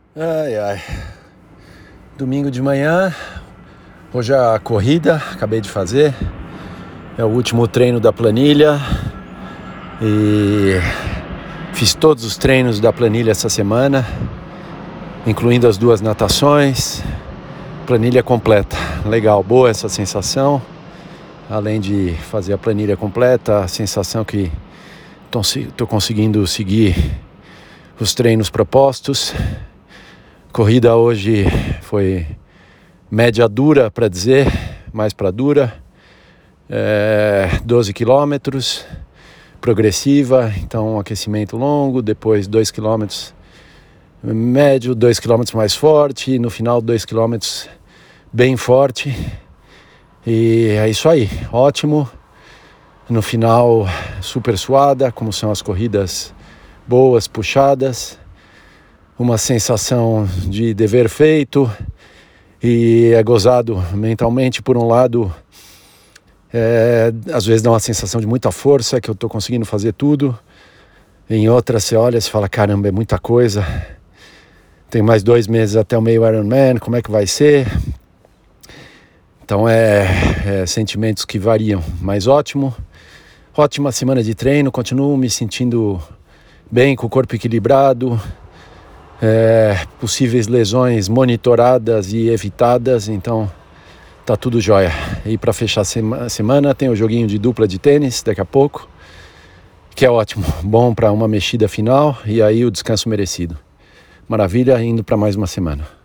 Ai, ai. Domingo de manhã, hoje a corrida, acabei de fazer. É o último treino da planilha e fiz todos os treinos da planilha essa semana, incluindo as 2 natações. Planilha completa. Legal, boa essa sensação. Além de fazer a planilha completa, a sensação que estou conseguindo seguir os treinos propostos. Corrida hoje foi média dura, para dizer, mais para dura, 12 quilômetros, progressiva, então um aquecimento longo, depois 2 quilômetros médio, 2 quilômetros mais forte, e no final 2 quilômetros bem forte, e é isso aí, ótimo. No final super suada, como são as corridas boas, puxadas, uma sensação de dever feito, e é gozado mentalmente. Por um lado, às vezes dá uma sensação de muita força, que eu estou conseguindo fazer tudo. Em outra você olha e fala, caramba, é muita coisa, tem mais 2 meses até o meio Ironman, como é que vai ser? Então sentimentos que variam, mas ótimo. Ótima semana de treino, continuo me sentindo bem, com o corpo equilibrado, possíveis lesões monitoradas e evitadas, então tá tudo jóia. E para fechar a semana tem o joguinho de dupla de tênis daqui a pouco, que é ótimo, bom para uma mexida final, e aí o descanso merecido. Maravilha, indo para mais uma semana.